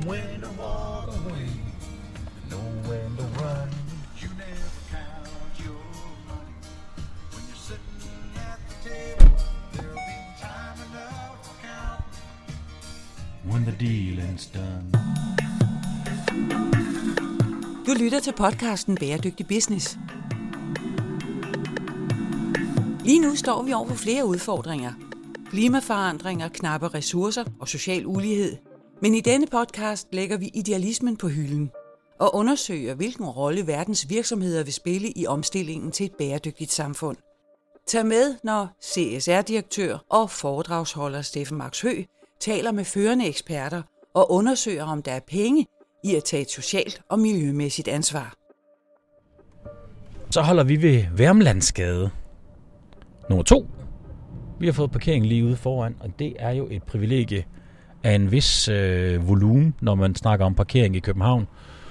when to walk away, know when to run. You never count your money when you're sitting at the table. There'll be time enough to count when the dealing's done. Du lytter til podcasten Bæredygtig Business. Lige nu står vi over for flere udfordringer. Klimaforandringer, knappe ressourcer og social ulighed. Men i denne podcast lægger vi idealismen på hylden og undersøger, hvilken rolle verdens virksomheder vil spille i omstillingen til et bæredygtigt samfund. Tag med, når CSR-direktør og foredragsholder Steffen Max Høgh taler med førende eksperter og undersøger, om der er penge i at tage et socialt og miljømæssigt ansvar. Så holder vi ved Værmlandsgade nummer 2. Vi har fået parkering lige ude foran, og det er jo et privilegie af en vis volumen, når man snakker om parkering i København.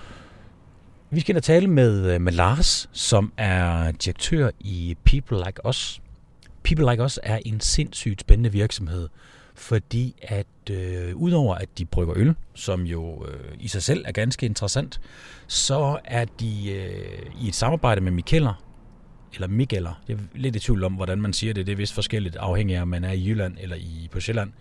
Vi skal da tale med Lars, som er direktør i People Like Us. People Like Us er en sindssygt spændende virksomhed, fordi at udover at de brygger øl, som jo i sig selv er ganske interessant, så er de i et samarbejde med Mikkeller, eller Mikkeller. Jeg er lidt i tvivl om, hvordan man siger det. Det er vist forskelligt afhængig af, om man er i Jylland eller på Sjælland.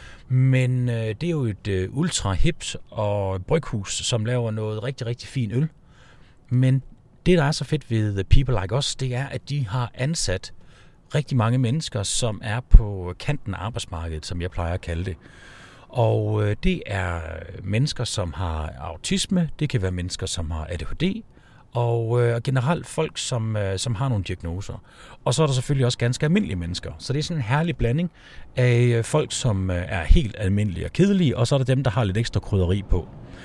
Men det er jo et ultra hipt og bryghus, som laver noget rigtig, rigtig fin øl. Men det, der er så fedt ved People Like Us, det er, at de har ansat rigtig mange mennesker, som er på kanten af arbejdsmarkedet, som jeg plejer at kalde det. Og det er mennesker, som har autisme, det kan være mennesker, som har ADHD, og generelt folk, som har nogle diagnoser. Og så er der selvfølgelig også ganske almindelige mennesker. Så det er sådan en herlig blanding af folk, som er helt almindelige og kedelige, og så er der dem, der har lidt ekstra krydderi på.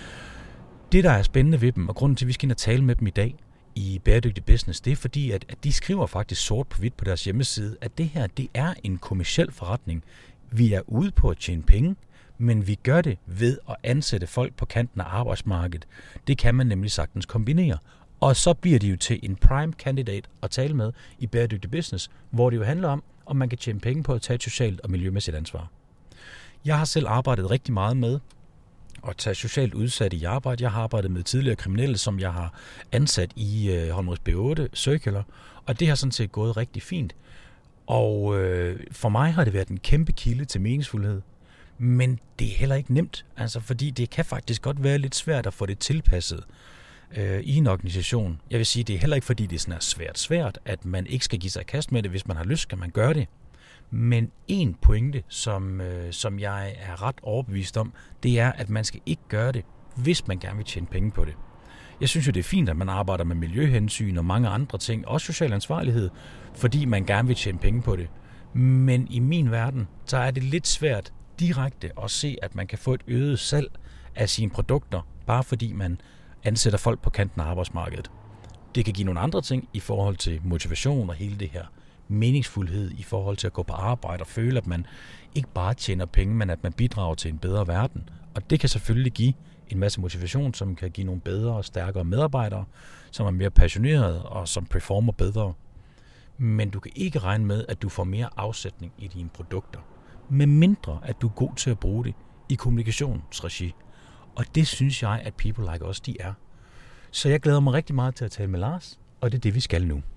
Det, der er spændende ved dem, og grunden til, at vi skal ind og tale med dem i dag i Bæredygtig Business, det er fordi, at de skriver faktisk sort på hvidt på deres hjemmeside, at det her, det er en kommerciel forretning. Vi er ude på at tjene penge, men vi gør det ved at ansætte folk på kanten af arbejdsmarkedet. Det kan man nemlig sagtens kombinere. Og så bliver det jo til en prime candidate at tale med i Bæredygtig Business, hvor det jo handler om man kan tjene penge på at tage et socialt og miljømæssigt ansvar. Jeg har selv arbejdet rigtig meget med at tage socialt udsatte i arbejde. Jeg har arbejdet med tidligere kriminelle, som jeg har ansat i Holmens B8 Circular, og det har sådan set gået rigtig fint. Og for mig har det været en kæmpe kilde til meningsfuldhed. Men det er heller ikke nemt, altså, fordi det kan faktisk godt være lidt svært at få det tilpasset i en organisation. Jeg vil sige, det er heller ikke, fordi det sådan er svært, at man ikke skal give sig i kast med det. Hvis man har lyst, kan man gøre det. Men en pointe, som jeg er ret overbevist om, det er, at man skal ikke gøre det, hvis man gerne vil tjene penge på det. Jeg synes jo, det er fint, at man arbejder med miljøhensyn og mange andre ting, også social ansvarlighed, fordi man gerne vil tjene penge på det. Men i min verden, så er det lidt svært direkte at se, at man kan få et øget salg af sine produkter, bare fordi man ansætter folk på kanten af arbejdsmarkedet. Det kan give nogle andre ting i forhold til motivation og hele det her meningsfuldhed i forhold til at gå på arbejde og føle, at man ikke bare tjener penge, men at man bidrager til en bedre verden. Og det kan selvfølgelig give en masse motivation, som kan give nogle bedre og stærkere medarbejdere, som er mere passionerede og som performer bedre. Men du kan ikke regne med, at du får mere afsætning i dine produkter, med mindre at du er god til at bruge det i kommunikationsregi. Og det synes jeg, at People Like Us, de er. Så jeg glæder mig rigtig meget til at tale med Lars, og det er det, vi skal nu.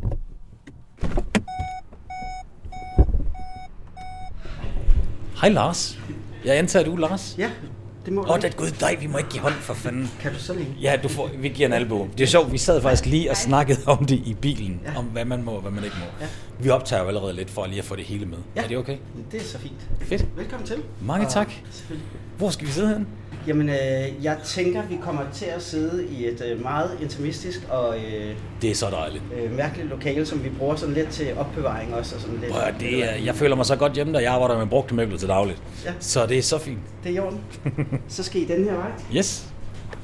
Hej Lars. Jeg antager, du Lars? Ja, det må du. Det er gud dig, vi må ikke give hånd for fanden. Kan du så længe? Ja, vi giver en albue. Det er sjovt, vi sad faktisk lige og snakkede om det i bilen, om hvad man må og hvad man ikke må. Ja. Vi optager jo allerede lidt for lige at få det hele med. Ja. Er det okay? Det er så fint. Fedt. Velkommen til. Mange tak. Selvfølgelig. Hvor skal vi sidde hen? Jamen, jeg tænker, vi kommer til at sidde i et meget intimistisk og det er så dejligt. Mærkeligt lokale, som vi bruger sådan lidt til opbevaring også. Og sådan lidt. Jeg føler mig så godt hjemme, da jeg arbejder med brugte møbler til dagligt. Ja. Så det er så fint. Det er i orden. Så skal I den her vej. Yes.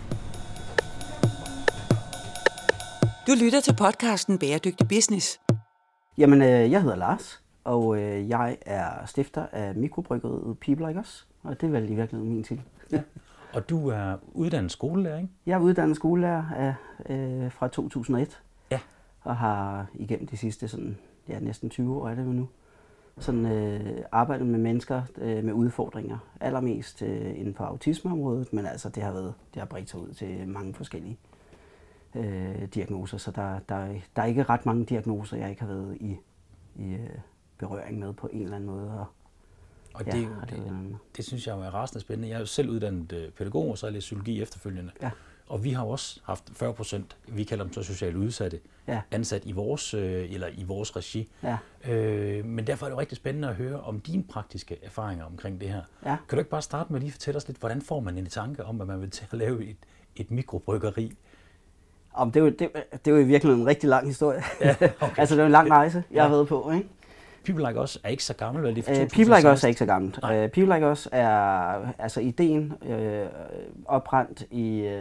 Du lytter til podcasten Bæredygtig Business. Jamen, jeg hedder Lars, og jeg er stifter af mikrobryggeriet People Like Us. Og det er vel i virkeligheden min titel. Ja. Og du er uddannet skolelærer, ikke? Jeg er uddannet skolelærer fra 2001. Ja. Og har igennem de sidste sådan, næsten 20 år er det jo nu, sådan arbejdet med mennesker med udfordringer. Allermest inden for autismeområdet, men altså det har bredt sig ud til mange forskellige diagnoser, så der er ikke ret mange diagnoser, jeg ikke har været i berøring med på en eller anden måde. Og det synes jeg jo er rasende spændende. Jeg er jo selv uddannet pædagog, og så har jeg læst psykologi efterfølgende. Ja. Og vi har jo også haft 40%, vi kalder dem så socialt udsatte, ansat i vores regi. Ja. Men derfor er det jo rigtig spændende at høre om dine praktiske erfaringer omkring det her. Ja. Kan du ikke bare starte med at lige fortælle os lidt, hvordan får man en tanke om, at man vil til at lave et mikrobryggeri? Det er jo i virkeligheden en rigtig lang historie. Ja, okay. Altså det er en lang rejse, jeg har været på, ikke? People Like Us er ikke så gammel, vel? People Like Us er ikke så gammelt. People Like Us er altså ideen oprendt i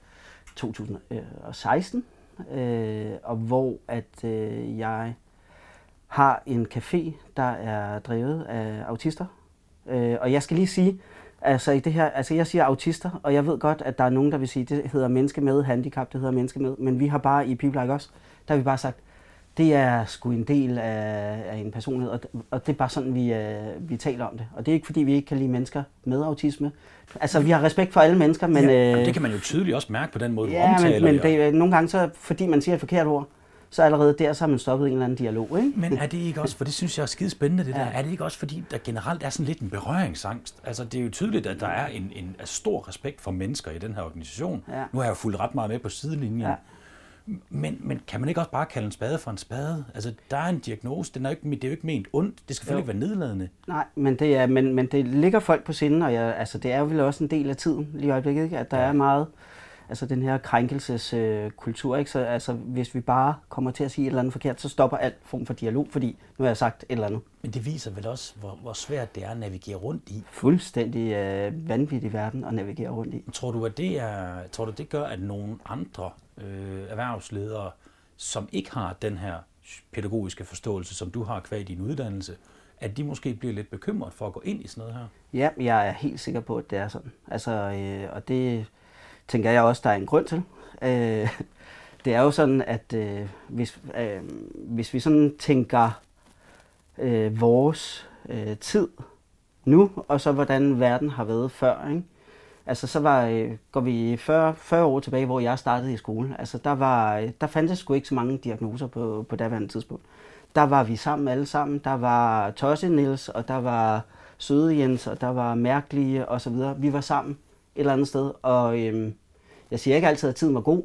2016, og hvor at jeg har en café, der er drevet af autister. Og jeg skal lige sige, altså i det her, altså jeg siger autister, og jeg ved godt, at der er nogen, der vil sige, det hedder menneske med handicap, det hedder menneske med, men vi har bare i People Like Us, der har vi bare sagt, det er sgu en del af en personlighed, og det er bare sådan, vi taler om det. Og det er ikke, fordi vi ikke kan lide mennesker med autisme. Altså, vi har respekt for alle mennesker, men... Ja, det kan man jo tydeligt også mærke på den måde, du omtaler det. Ja, men nogle gange, så, fordi man siger et forkert ord, så allerede der, så har man stoppet en eller anden dialog, ikke? Men er det ikke også, for det synes jeg er skide spændende, det der, er det ikke også, fordi der generelt er sådan lidt en berøringsangst? Altså, det er jo tydeligt, at der er en stor respekt for mennesker i den her organisation. Ja. Nu har jeg jo fulgt ret meget med på sidelinjen. Ja. Men kan man ikke også bare kalde en spade for en spade? Altså, der er en diagnose, det er jo ikke ment ondt, det skal selvfølgelig ikke være nedladende. Nej, men det ligger folk på sinden, og det er jo vel også en del af tiden lige i øjeblikket, ikke? At der er meget, altså den her krænkelseskultur, ikke? Så altså, hvis vi bare kommer til at sige et eller andet forkert, så stopper alt form for dialog, fordi nu har jeg sagt et eller andet. Men det viser vel også, hvor svært det er at navigere rundt i? Fuldstændig vanvittig verden at navigere rundt i. Tror du, det gør, at nogle andre erhvervsledere, som ikke har den her pædagogiske forståelse, som du har qua din uddannelse, at de måske bliver lidt bekymret for at gå ind i sådan noget her? Ja, jeg er helt sikker på, at det er sådan. Altså, og det tænker jeg også, der er en grund til. Det er jo sådan, at hvis vi sådan tænker vores tid nu, og så hvordan verden har været før, ikke? Altså så går vi 40 år tilbage, hvor jeg startede i skole. Altså der fandtes sgu ikke så mange diagnoser på daværende tidspunkt. Der var vi sammen alle sammen. Der var Tosse Niels, og der var Søde Jens, og der var Mærkelige og så videre. Vi var sammen et eller andet sted, og jeg siger ikke altid, at tiden var god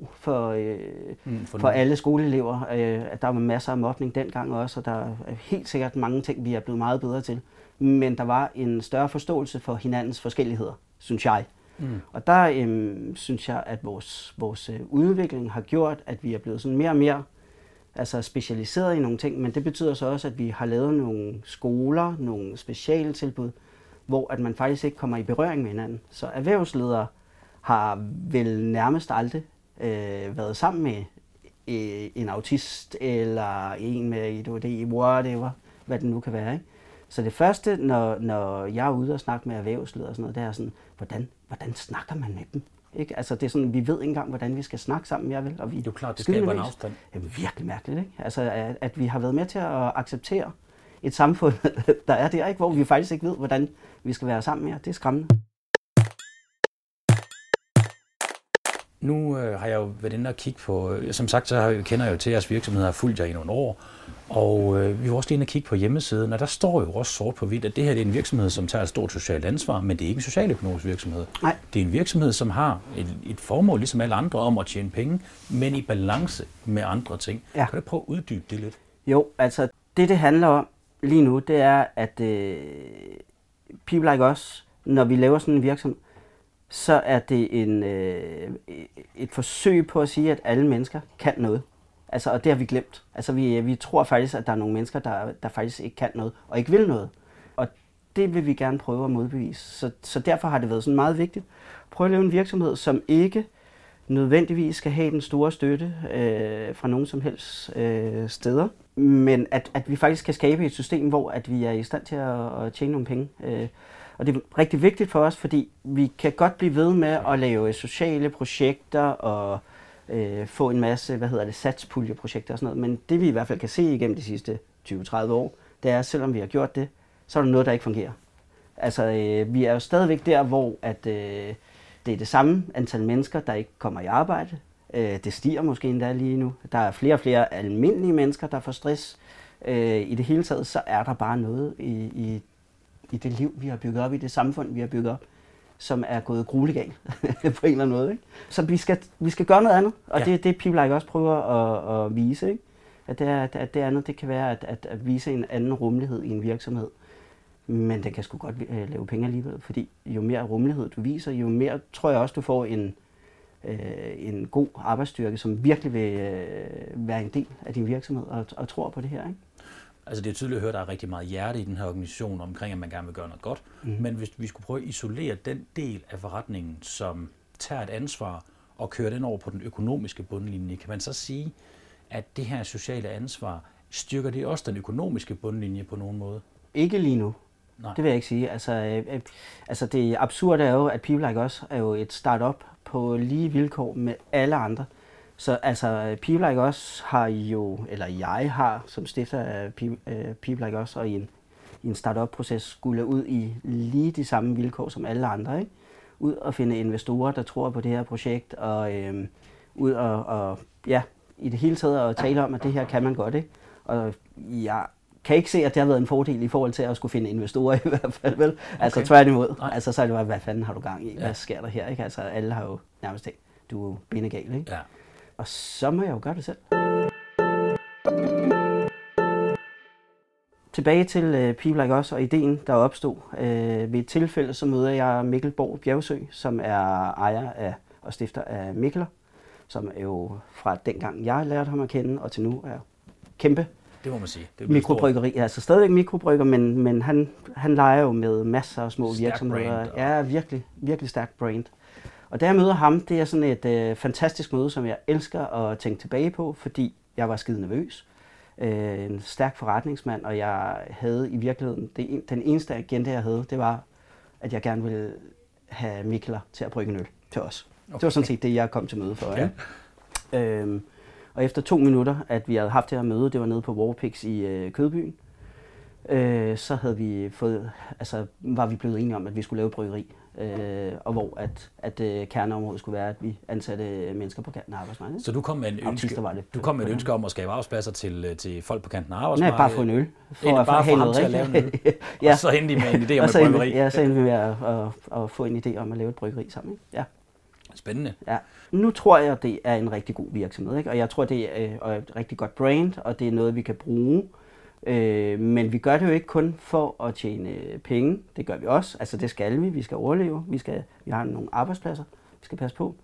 for alle skoleelever. Der var masser af mobning dengang også, og der er helt sikkert mange ting, vi er blevet meget bedre til. Men der var en større forståelse for hinandens forskelligheder, synes jeg. Og der synes jeg, at vores udvikling har gjort, at vi er blevet sådan mere og mere specialiseret i nogle ting, men det betyder så også, at vi har lavet nogle skoler, nogle specialtilbud, hvor at man faktisk ikke kommer i berøring med hinanden. Så erhvervsledere har vel nærmest aldrig været sammen med en autist eller en med ADHD, whatever, hvad det nu kan være, ikke? Så det første, når jeg er ude og snakke med erhvervsledere og sådan noget, det er sådan, hvordan snakker man med dem? Ikke? Altså det er sådan, vi ved ikke engang, hvordan vi skal snakke sammen mere, vel? Og vi, det er jo klart, det skaber en afstand. Det er virkelig mærkeligt, ikke? Altså at vi har været med til at acceptere et samfund, der er der, ikke? Hvor vi faktisk ikke ved, hvordan vi skal være sammen mere. Det er skræmmende. Nu har jeg jo været inde og kigge på, som sagt, så kender jeg jo til jeres virksomhed, har fulgt jer i nogle år, og vi var også lige inde og kigge på hjemmesiden, og der står jo også sort på hvidt, at det her det er en virksomhed, som tager et stort socialt ansvar, men det er ikke en socialøkonomisk virksomhed. Nej. Det er en virksomhed, som har et formål, ligesom alle andre, om at tjene penge, men i balance med andre ting. Ja. Kan du prøve at uddybe det lidt? Jo, altså det handler om lige nu, det er, at People Like Us, når vi laver sådan en virksomhed, så er det et forsøg på at sige, at alle mennesker kan noget. Altså, og det har vi glemt. Altså, vi tror faktisk, at der er nogle mennesker, der faktisk ikke kan noget, og ikke vil noget. Og det vil vi gerne prøve at modbevise. Så derfor har det været sådan meget vigtigt at prøve at lave en virksomhed, som ikke nødvendigvis skal have den store støtte fra nogen som helst steder, men at vi faktisk kan skabe et system, hvor at vi er i stand til at tjene nogle penge. Og det er rigtig vigtigt for os, fordi vi kan godt blive ved med at lave sociale projekter og få en masse, satspuljeprojekter og sådan noget. Men det vi i hvert fald kan se igennem de sidste 20-30 år, det er, selvom vi har gjort det, så er der noget, der ikke fungerer. Altså, vi er jo stadigvæk der, hvor at, det er det samme antal mennesker, der ikke kommer i arbejde. Det stiger måske endda lige nu. Der er flere og flere almindelige mennesker, der får stress. I det hele taget, så er der bare noget i det liv, vi har bygget op, i det samfund, vi har bygget op, som er gået gruelegalt på en eller anden måde. Ikke? Så vi skal gøre noget andet, og det er det, People Like Us prøver at vise. Ikke? At det andet, det kan være at vise en anden rummelighed i en virksomhed. Men den kan sgu godt lave penge alligevel, fordi jo mere rummelighed du viser, jo mere tror jeg også, du får en god arbejdsstyrke, som virkelig vil være en del af din virksomhed og tror på det her. Ikke? Altså det er tydeligt at høre, at der er rigtig meget hjerte i den her organisation omkring, at man gerne vil gøre noget godt. Men hvis vi skulle prøve at isolere den del af forretningen, som tager et ansvar og kører den over på den økonomiske bundlinje, kan man så sige, at det her sociale ansvar, styrker det også den økonomiske bundlinje på nogen måde? Ikke lige nu. Nej. Det vil jeg ikke sige. Altså det absurde er jo, at People Like Us er jo et startup på lige vilkår med alle andre. Så altså, People Like Us har jo, eller jeg har som stifter af People Like Us og i en startup-proces skulle ud i lige de samme vilkår som alle andre. Ikke? Ud og finde investorer, der tror på det her projekt, og ud og i det hele taget at tale om, at det her kan man godt. Ikke? Og jeg kan ikke se, at det har været en fordel i forhold til at skulle finde investorer i hvert fald, vel? Altså Okay. tværtimod. Nej. Altså så er det bare, hvad fanden har du gang i? Ja. Hvad sker der her? Ikke? Altså alle har jo nærmest tænkt, du er jo benegal, ikke? Ja. Og så må jeg jo gøre det selv. Tilbage til People Like Us og ideen, der opstod. Ved et tilfælde, så møder jeg Mikkel Borg Bjergsø, som er ejer af og stifter af Mikkeler, som er jo fra dengang jeg lærte ham at kende, og til nu er kæmpe Det må man sige. Det er mikrobryggeri. Altså stadigvæk mikrobrygger, men han leger jo med masser af små Stærk virksomheder. brand, og- Ja, virkelig, virkelig stærkt brand. Og da jeg møder ham, det er sådan et fantastisk møde, som jeg elsker at tænke tilbage på, fordi jeg var skide nervøs. En stærk forretningsmand, og jeg havde i virkeligheden, den eneste agenda, jeg havde, det var, at jeg gerne ville have Mikkeler til at brygge en øl til os. Okay. Det var sådan set det, jeg kom til møde for. Ja. Ikke? Og efter 2 minutter, at vi havde haft det her møde, det var nede på Warpix i Kødbyen, så havde vi var vi blevet enige om, at vi skulle lave et bryggeri, og hvor at kerneområdet skulle være, at vi ansatte mennesker på kanten af arbejdsmarkedet. Så du kom med Autister var det. et ønske om at skabe arbejdspladser til folk på kanten af Nej, arbejdsmarkedet? bare få en øl. Bare for have ham noget til at lave en øl? Ja. Og så endte de med en idé om Og et så endte- bryggeri? Ja, så endte vi med at få en idé om at lave et bryggeri sammen. Ikke? Ja. Spændende. Ja. Nu tror jeg, at det er en rigtig god virksomhed, ikke? Og jeg tror, det er et rigtig godt brand, og det er noget, vi kan bruge. Men vi gør det jo ikke kun for at tjene penge. Det gør vi også. Altså det skal vi. Vi skal overleve. Vi har nogle arbejdspladser, vi skal passe på.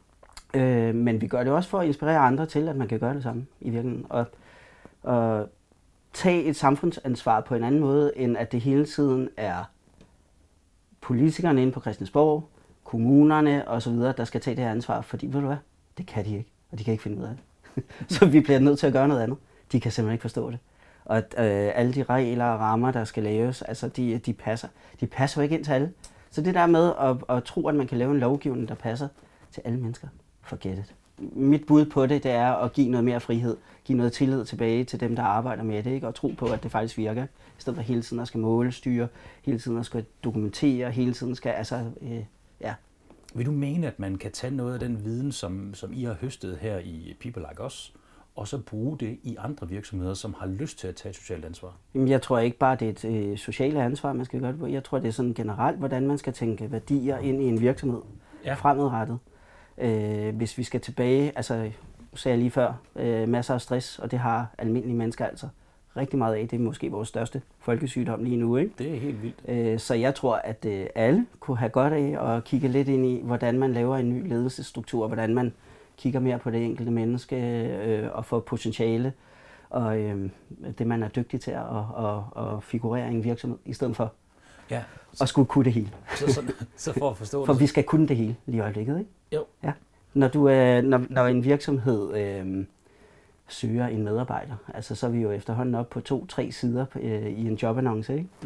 Men vi gør det også for at inspirere andre til, at man kan gøre det samme i virkeligheden. Og tage et samfundsansvar på en anden måde, end at det hele tiden er politikerne inde på Christiansborg, kommunerne og så videre, der skal tage det her ansvar, fordi ved du hvad, det kan de ikke, og de kan ikke finde ud af det. Så vi bliver nødt til at gøre noget andet. De kan simpelthen ikke forstå det. Og alle de regler og rammer, der skal laves, altså de passer jo ikke ind til alle. Så det der med at tro, at man kan lave en lovgivning, der passer til alle mennesker, forget it. Mit bud på det er at give noget mere frihed, give noget tillid tilbage til dem, der arbejder med det, ikke? Og tro på, at det faktisk virker. I stedet for hele tiden at skal målestyre, hele tiden at skal dokumentere, hele tiden skal, Vil du mene, at man kan tage noget af den viden, som I har høstet her i People Like Us, og så bruge det i andre virksomheder, som har lyst til at tage et socialt ansvar? Jamen, jeg tror ikke bare, det er et socialt ansvar, man skal gøre det på. Jeg tror, det er sådan generelt, hvordan man skal tænke værdier ind i en virksomhed fremadrettet. Hvis vi skal tilbage, altså sagde jeg lige før, masser af stress, og det har almindelige mennesker altså rigtig meget af. Det er måske vores største folkesygdom lige nu, ikke? Det er helt vildt. Så jeg tror, at alle kunne have godt af at kigge lidt ind i, hvordan man laver en ny ledelsesstruktur, hvordan man kigger mere på det enkelte menneske og får potentiale og det, man er dygtig til at figurere i en virksomhed, i stedet for at skulle kunne det hele. Så for at forstå For det. vi skal kunne det hele lige i øjeblikket, ikke? Jo. Ja. Når en virksomhed søger en medarbejder, altså så er vi jo efterhånden op på 2-3 sider i en jobannonce, ikke?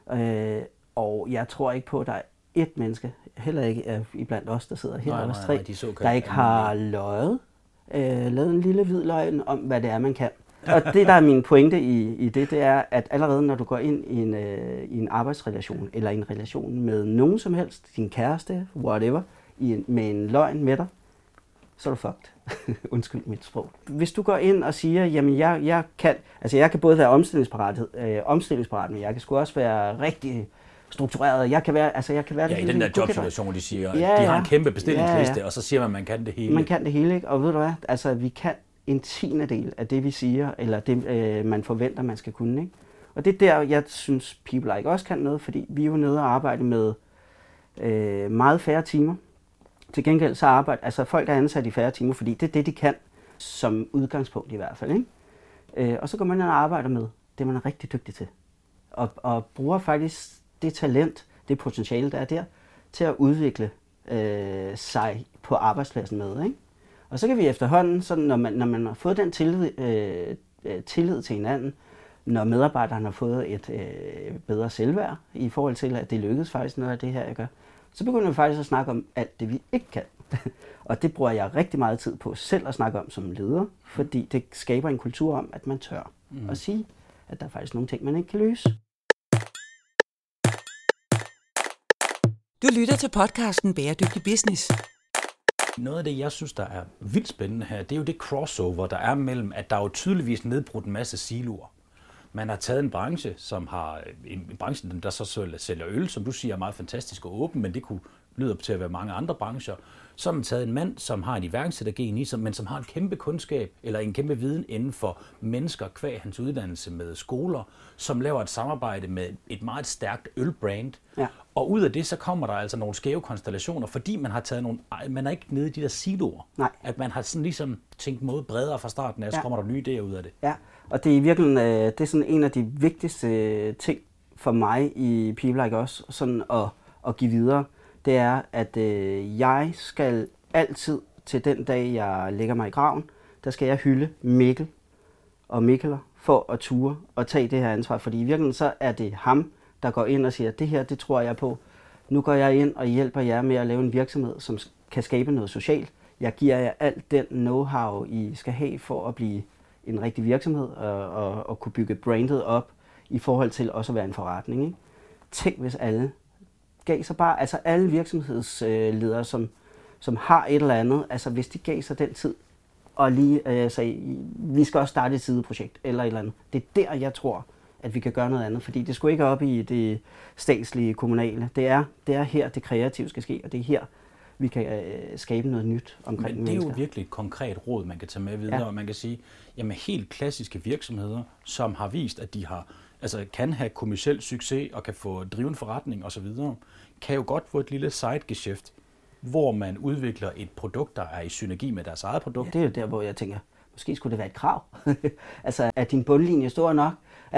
Og jeg tror ikke på, at der er ét menneske, heller ikke iblandt os, der sidder her, der ikke har løjet, lavet en lille hvid løgn om, hvad det er, man kan. Og det, der er min pointe i det er, at allerede når du går ind i en arbejdsrelation, eller en relation med nogen som helst, din kæreste, whatever, med en løgn med dig, så er du fucked. Undskyld mit sprog. Hvis du går ind og siger, jamen jeg kan både være omstillingsparat, men jeg kan sgu også være rigtig struktureret. Jeg kan være ja, i den der jobsituation, de siger, de har en kæmpe bestillingsliste, og så siger man kan det hele. Man kan det hele, ikke? Og ved du hvad? Altså, vi kan en tiendedel af det, vi siger, eller det, man forventer, man skal kunne, ikke? Og det er der, jeg synes, People Like også kan noget, fordi vi er jo nede og arbejde med meget færre timer. Til gengæld så folk er ansat i færre timer, fordi det er det, de kan, som udgangspunkt i hvert fald, ikke? Og så går man ind og arbejder med det, man er rigtig dygtig til. Og bruger faktisk det talent, det potentiale, der er der, til at udvikle sig på arbejdspladsen med, ikke? Og så kan vi efterhånden, sådan, når man har fået den tillid til hinanden, når medarbejderne har fået et bedre selvværd i forhold til, at det lykkedes faktisk noget af det her, jeg gør, så begynder vi faktisk at snakke om alt det, vi ikke kan. Og det bruger jeg rigtig meget tid på selv at snakke om som leder, fordi det skaber en kultur om, at man tør at sige, at der er faktisk nogle ting, man ikke kan løse. Du lytter til podcasten Bæredygtig Business. Noget af det, jeg synes, der er vildt spændende her, det er jo det crossover, der er mellem, at der er jo tydeligvis nedbrudt en masse siloer. Man har taget en branche, som har en branche, der så sælger øl, som du siger er meget fantastisk og åben, men det kunne lyde op til at være mange andre brancher. Så har man taget en mand, som har en iværksættergen i sig, men som har en kæmpe kundskab eller en kæmpe viden inden for mennesker kvæg hans uddannelse med skoler, som laver et samarbejde med et meget stærkt ølbrand. Ja. Og ud af det, så kommer der altså nogle skæve konstellationer, fordi man har taget man er ikke nede i de der siloer. Nej. At man har sådan ligesom tænkt noget bredere fra starten af, så kommer der nye idéer ud af det. Ja, og det er virkelig det er sådan en af de vigtigste ting for mig i People Like Us, sådan at give videre. Det er, at jeg skal altid til den dag, jeg lægger mig i graven, der skal jeg hylde Mikkel og Mikkeler for at ture og tage det her ansvar. Fordi i virkeligheden så er det ham, der går ind og siger, det her, det tror jeg på. Nu går jeg ind og hjælper jer med at lave en virksomhed, som kan skabe noget socialt. Jeg giver jer alt den know-how, I skal have for at blive en rigtig virksomhed og kunne bygge brandet op i forhold til også at være en forretning, ikke? Tænk, hvis alle gav sig bare, altså alle virksomhedsledere, som har et eller andet, altså hvis de gav sig den tid og lige sagde, vi skal også starte et sideprojekt eller et eller andet. Det er der, jeg tror, at vi kan gøre noget andet, fordi det skulle ikke op i det statslige, kommunale. Det er her, det kreative skal ske, og det er her, vi kan skabe noget nyt omkring mennesker. Men det er jo mennesker. virkelig et konkret råd, man kan tage med videre, og man kan sige, jamen helt klassiske virksomheder, som har vist, at de kan have kommerciel succes og kan få drive en forretning osv., kan jo godt få et lille sidegeschæft, hvor man udvikler et produkt, der er i synergi med deres eget produkt. Ja, det er jo der, hvor jeg tænker, måske skulle det være et krav. Altså, er din bundlinje stor nok?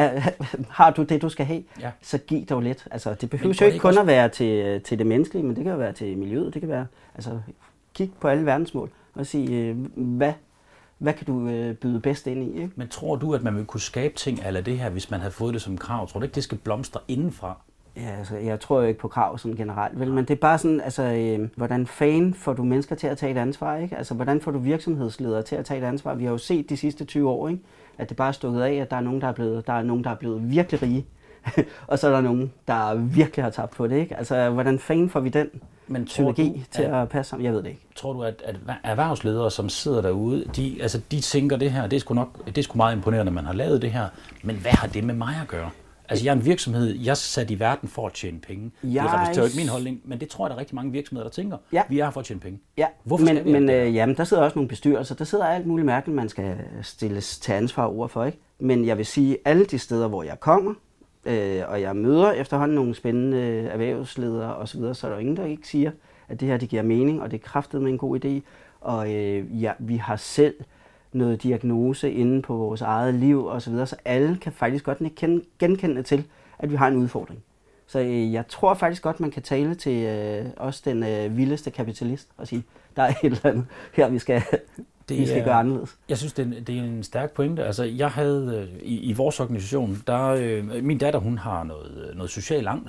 Har du det, du skal have? Ja. Så giv dog lidt. Altså, det behøver jo ikke kun at være til det menneskelige, men det kan jo være til miljøet. Det kan være, altså, kig på alle verdensmål og sige, hvad kan du byde bedst ind i? Ikke? Men tror du, at man vil kunne skabe ting eller det her, hvis man havde fået det som krav? Tror du ikke, det skal blomstre indenfra? Ja, altså, jeg tror jo ikke på krav sådan generelt, vel? Men det er bare sådan, altså, hvordan fanden får du mennesker til at tage et ansvar, ikke? Altså, hvordan får du virksomhedsledere til at tage et ansvar? Vi har jo set de sidste 20 år, ikke? At det bare er stukket af, at der er nogen, der er blevet virkelig rige, og så er der nogen, der virkelig har tabt på det, ikke? Altså, hvordan fanden får vi den synergi til at passe sammen? Jeg ved det ikke. Tror du, at erhvervsledere, som sidder derude, de tænker det her, det er sgu meget imponerende, at man har lavet det her, men hvad har det med mig at gøre? Altså, jeg er en virksomhed, jeg er sat i verden for at tjene penge. Det repræsenterer jo ikke min holdning, men det tror jeg, der er rigtig mange virksomheder, der tænker. Ja. Vi er her for at tjene penge. Ja. Hvorfor skal vi det? Jamen, der sidder også nogle bestyrelser. Der sidder alt muligt mærkeligt, man skal stilles til ansvar over for, ikke? Men jeg vil sige, alle de steder, hvor jeg kommer, og jeg møder efterhånden nogle spændende erhvervsledere osv., så er der ingen, der ikke siger, at det her, det giver mening, og det er kraftedeme en god idé. Og vi har selv noget diagnose inde på vores eget liv og så videre, så alle kan faktisk godt genkende til, at vi har en udfordring. Så jeg tror faktisk godt, man kan tale til også den vildeste kapitalist og sige, der er et eller andet her, vi skal gøre anderledes. Jeg synes, det er en stærk pointe. Altså, jeg havde i vores organisation, min datter, hun har noget social angst.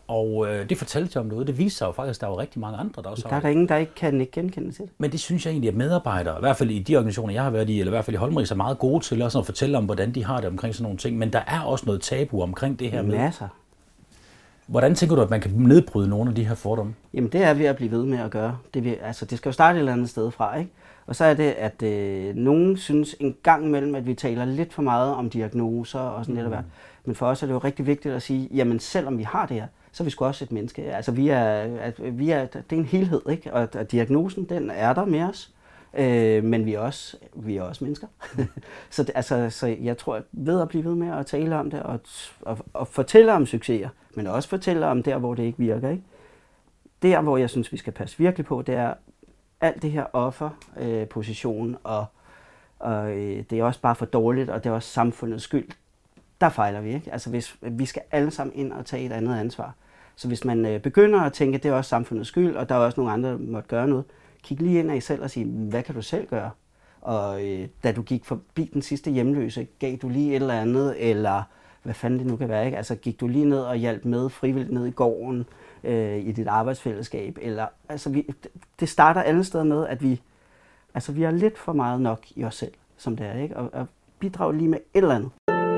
Og det fortalte jeg om derude. Det viste sig jo faktisk, at der var rigtig mange andre, der også Der er der ingen, der ikke kan ikke genkende til det. Men det synes jeg egentlig, at medarbejdere, i hvert fald i de organisationer, jeg har været i, eller i hvert fald i Holmris, er meget gode til også at fortælle om, hvordan de har det omkring sådan nogle ting. Men der er også noget tabu omkring det her med. Masser. Hvordan tænker du, at man kan nedbryde nogle af de her fordomme? Jamen det er vi at blive ved med at gøre. Det skal jo starte et eller andet sted fra, ikke? Og så er det, at nogen synes en gang imellem, at vi taler lidt for meget om diagnoser og sådan lidt af hvert. Men for os er det jo rigtig vigtigt at sige, jamen selvom vi har det her, så er vi sgu også et menneske. Altså det er en helhed, ikke? Og diagnosen, den er der med os. Men vi er også mennesker. Så jeg tror, at ved at blive ved med at tale om det, og fortælle om succeser, men også fortælle om der, hvor det ikke virker, ikke? Der, hvor jeg synes, vi skal passe virkelig på, det er alt det her offerposition, og det er også bare for dårligt, og det er også samfundets skyld. Der fejler vi, ikke? Altså vi skal alle sammen ind og tage et andet ansvar. Så hvis man begynder at tænke, at det er også samfundets skyld, og der er også nogle andre, der måtte gøre noget, kig lige ind af selv og sige, hvad kan du selv gøre? Og da du gik forbi den sidste hjemløse, gav du lige et eller andet, eller hvad fanden det nu kan være, ikke? Altså gik du lige ned og hjalp med frivilligt ned i gården, i dit arbejdsfællesskab, eller altså det starter alle steder med, at vi har lidt for meget nok i os selv, som det er, ikke? Og bidrage lige med et eller andet.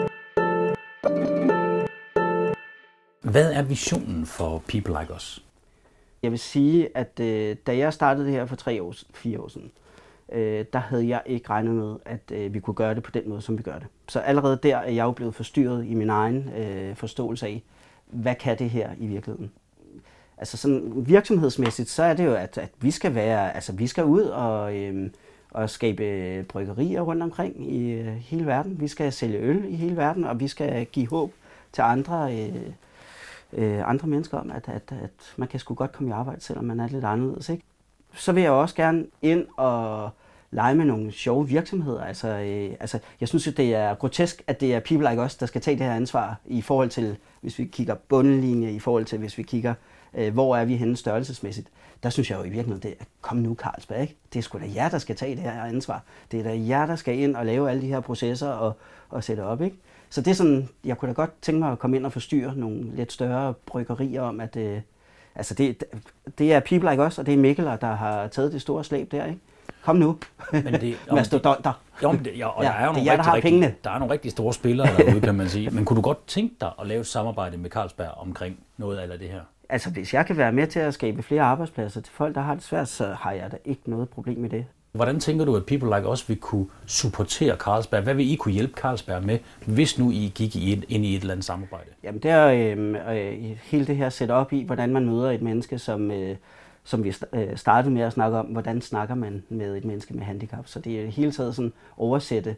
Hvad er visionen for People Like Us? Jeg vil sige, at da jeg startede det her for 4 år siden, der havde jeg ikke regnet med, at vi kunne gøre det på den måde, som vi gør det. Så allerede der er jeg jo blevet forstyrret i min egen forståelse af, hvad kan det her i virkeligheden? Altså sådan virksomhedsmæssigt, så er det jo, at vi skal ud og skabe bryggerier rundt omkring i hele verden. Vi skal sælge øl i hele verden, og vi skal give håb til andre mennesker om, at man kan sgu godt komme i arbejde, selvom man er lidt anderledes, ikke? Så vil jeg også gerne ind og lege med nogle sjove virksomheder. Altså, jeg synes jo, det er grotesk, at det er People Like Us, der skal tage det her ansvar i forhold til, hvis vi kigger bundlinje, i forhold til, hvis vi kigger, hvor er vi henne størrelsesmæssigt. Der synes jeg jo i virkeligheden, det er, kom nu Carlsberg, ikke? Det er sgu da jer, der skal tage det her ansvar. Det er da jer, der skal ind og lave alle de her processer og sætte op, ikke? Så det er sådan, jeg kunne da godt tænke mig at komme ind og forstyrre nogle lidt større bryggerier om, at det er People Like Us, og det er Mikkel, der har taget det store slæb der, ikke? Kom nu, mastodonter. Der er nogle rigtig store spillere derude, kan man sige. Men kunne du godt tænke dig at lave et samarbejde med Carlsberg omkring noget af det her? Altså, hvis jeg kan være med til at skabe flere arbejdspladser til folk, der har det svært, så har jeg da ikke noget problem med det. Hvordan tænker du, at People Like Us vil kunne supportere Carlsberg? Hvad vil I kunne hjælpe Carlsberg med, hvis nu I gik ind i et eller andet samarbejde? Jamen, det er hele det her setup i, hvordan man møder et menneske, som vi startede med at snakke om, hvordan snakker man med et menneske med handicap. Så det er hele taget sådan oversætte,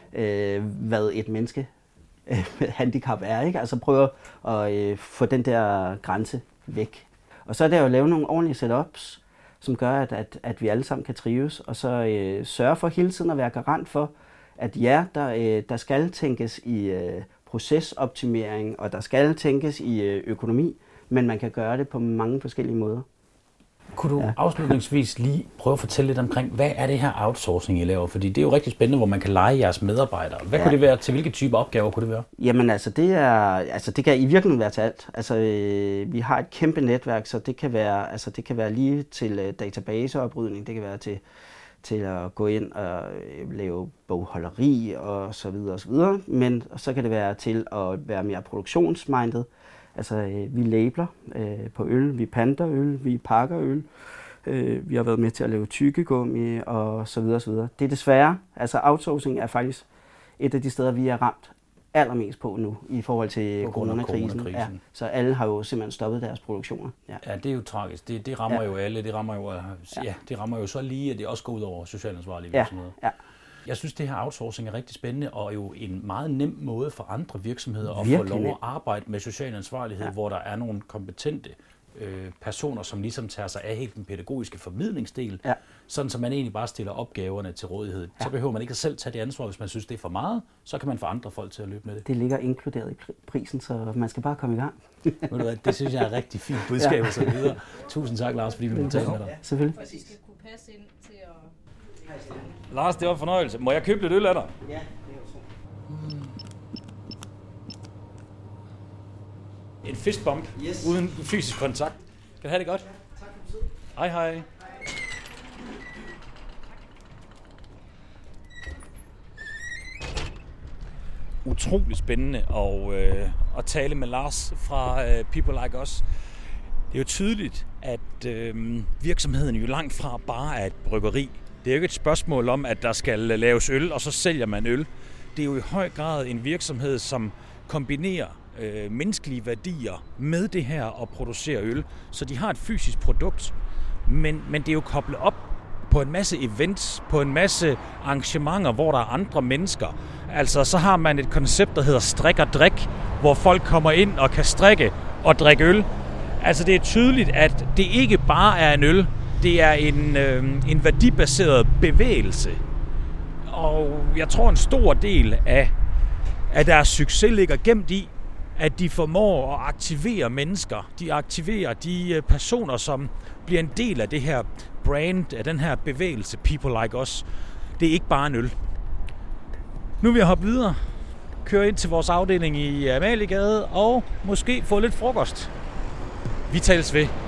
hvad et menneske med handicap er, ikke? Altså prøve at få den der grænse væk. Og så er det jo at lave nogle ordentlige setups, som gør, at vi alle sammen kan trives, og så sørge for hele tiden at være garant for, at ja, der skal tænkes i procesoptimering, og der skal tænkes i økonomi, men man kan gøre det på mange forskellige måder. Kunne du afslutningsvis lige prøve at fortælle lidt omkring, hvad er det her outsourcing, I laver? Fordi det er jo rigtig spændende, hvor man kan leje jeres medarbejdere. Hvad kunne det være? Til hvilke typer opgaver kunne det være? Jamen det kan i virkeligheden være til alt. Altså vi har et kæmpe netværk, så det kan være lige til databaseoprydning, det kan være til at gå ind og lave bogholderi og så videre og så videre. Men så kan det være til at være mere produktionsmindet. Altså, vi labeler på øl, vi panter øl, vi pakker øl, vi har været med til at lave tykkegummi og så videre, så videre. Det er desværre, altså outsourcing er faktisk et af de steder, vi er ramt allermest på nu i forhold til coronakrisen. Ja, så alle har jo simpelthen stoppet deres produktioner. Ja, det er jo tragisk. Det rammer jo alle. Det rammer jo så lige, at det også går ud over socialansvarlige virksomheder. Ja. Jeg synes, det her outsourcing er rigtig spændende, og jo en meget nem måde for andre virksomheder at få lov at arbejde med social ansvarlighed, hvor der er nogle kompetente personer, som ligesom tager sig af helt den pædagogiske formidlingsdel, sådan så man egentlig bare stiller opgaverne til rådighed. Så behøver man ikke at selv tage det ansvar, hvis man synes, det er for meget, så kan man få andre folk til at løbe med det. Det ligger inkluderet i prisen, så man skal bare komme i gang. Ved du hvad, det synes jeg er et rigtig fint budskab og så videre. Tusind tak, Lars, fordi vi måtte tale med dig. Selvfølgelig. Præcis. Det kunne passe ind til at... Lars, det var en fornøjelse. Må jeg købe lidt øl af dig? Ja, det er jo så. en fistbump Yes. uden fysisk kontakt. Kan du have det godt? Tak for tiden. Hej hej. Utrolig spændende at tale med Lars fra People Like Us. Det er jo tydeligt, at virksomheden jo langt fra bare er et bryggeri. Det er jo ikke et spørgsmål om, at der skal laves øl, og så sælger man øl. Det er jo i høj grad en virksomhed, som kombinerer menneskelige værdier med det her at producere øl. Så de har et fysisk produkt, men det er jo koblet op på en masse events, på en masse arrangementer, hvor der er andre mennesker. Altså, så har man et koncept, der hedder strik og drik, hvor folk kommer ind og kan strikke og drikke øl. Altså, det er tydeligt, at det ikke bare er en øl, det er en værdibaseret bevægelse. Og jeg tror, en stor del af deres succes ligger gemt i, at de formår at aktivere mennesker. De aktiverer de personer, som bliver en del af det her brand, af den her bevægelse, People Like Us. Det er ikke bare en øl. Nu vil jeg hoppe videre, køre ind til vores afdeling i Amaliegade og måske få lidt frokost. Vi tales ved.